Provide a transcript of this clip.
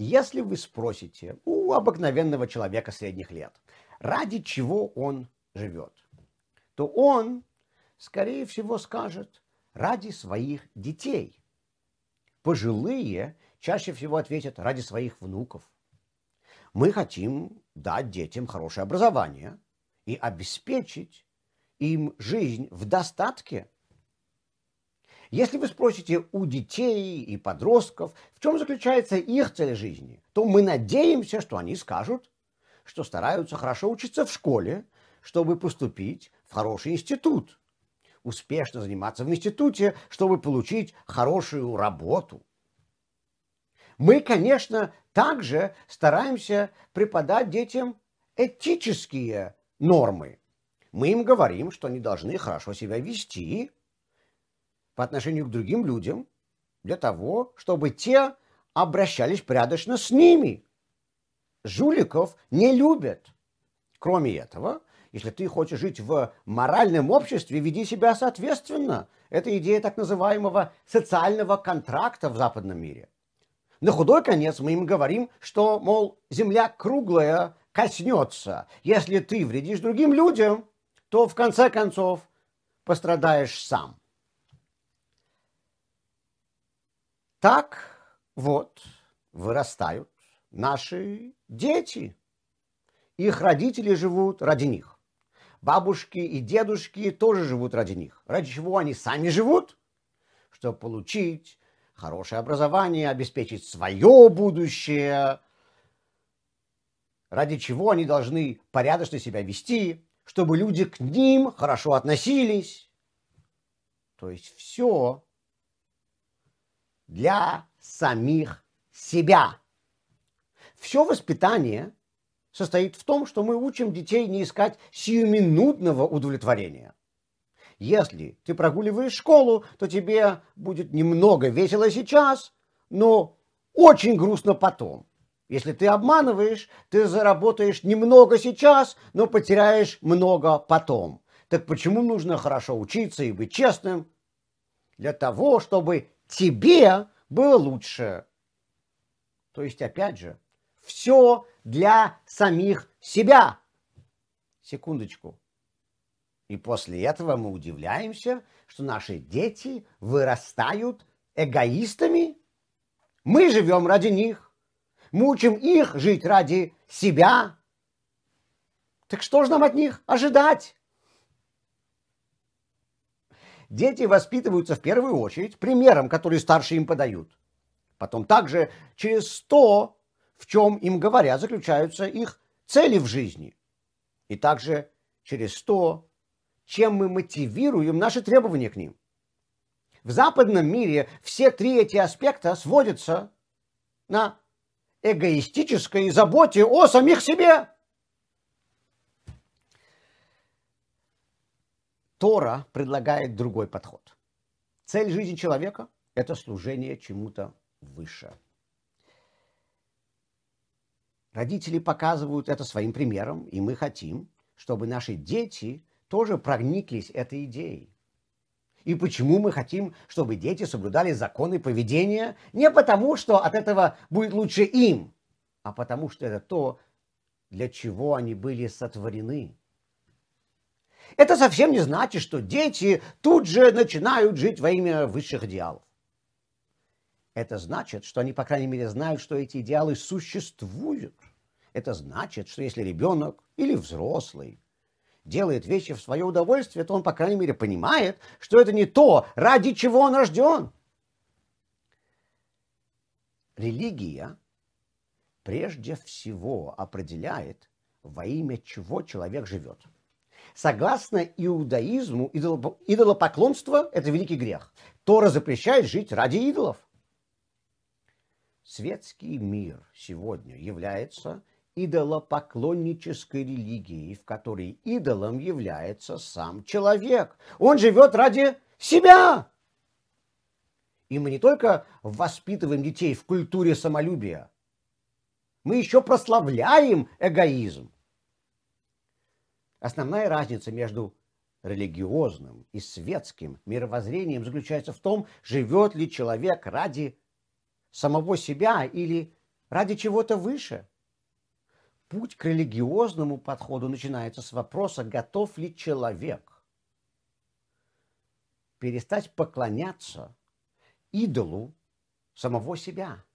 Если вы спросите у обыкновенного человека средних лет, ради чего он живет, то он, скорее всего, скажет, ради своих детей. Пожилые чаще всего ответят, ради своих внуков. Мы хотим дать детям хорошее образование и обеспечить им жизнь в достатке. Если вы спросите у детей и подростков, в чем заключается их цель жизни, то мы надеемся, что они скажут, что стараются хорошо учиться в школе, чтобы поступить в хороший институт, успешно заниматься в институте, чтобы получить хорошую работу. Мы, конечно, также стараемся преподать детям этические нормы. Мы им говорим, что они должны хорошо себя вести по отношению к другим людям, для того, чтобы те обращались порядочно с ними. Жуликов не любят. Кроме этого, если ты хочешь жить в моральном обществе, веди себя соответственно. Это идея так называемого социального контракта в западном мире. На худой конец мы им говорим, что, мол, земля круглая коснется. Если ты вредишь другим людям, то в конце концов пострадаешь сам. Так вот вырастают наши дети. Их родители живут ради них. Бабушки и дедушки тоже живут ради них. Ради чего они сами живут? Чтобы получить хорошее образование, обеспечить свое будущее. Ради чего они должны порядочно себя вести, чтобы люди к ним хорошо относились. То есть все для самих себя. Все воспитание состоит в том, что мы учим детей не искать сиюминутного удовлетворения. Если ты прогуливаешь школу, то тебе будет немного весело сейчас, но очень грустно потом. Если ты обманываешь, ты заработаешь немного сейчас, но потеряешь много потом. Так почему нужно хорошо учиться и быть честным? Для того, чтобы тебе было лучше. То есть, опять же, все для самих себя. Секундочку. И после этого мы удивляемся, что наши дети вырастают эгоистами. Мы живем ради них. Мы учим их жить ради себя. Так что же нам от них ожидать? Дети воспитываются в первую очередь примером, который старшие им подают. Потом также через то, в чем им говорят, заключаются их цели в жизни. И также через то, чем мы мотивируем наши требования к ним. В западном мире все три эти аспекта сводятся на эгоистической заботе о самих себе. Тора предлагает другой подход. Цель жизни человека – это служение чему-то выше. Родители показывают это своим примером, и мы хотим, чтобы наши дети тоже прониклись этой идеей. И почему мы хотим, чтобы дети соблюдали законы поведения? Не потому, что от этого будет лучше им, а потому, что это то, для чего они были сотворены. Это совсем не значит, что дети тут же начинают жить во имя высших идеалов. Это значит, что они, по крайней мере, знают, что эти идеалы существуют. Это значит, что если ребенок или взрослый делает вещи в свое удовольствие, то он, по крайней мере, понимает, что это не то, ради чего он рожден. Религия прежде всего определяет, во имя чего человек живет. Согласно иудаизму, идолопоклонство – это великий грех. Тора запрещает жить ради идолов. Светский мир сегодня является идолопоклоннической религией, в которой идолом является сам человек. Он живет ради себя. И мы не только воспитываем детей в культуре самолюбия, мы еще прославляем эгоизм. Основная разница между религиозным и светским мировоззрением заключается в том, живет ли человек ради самого себя или ради чего-то выше. Путь к религиозному подходу начинается с вопроса, готов ли человек перестать поклоняться идолу самого себя.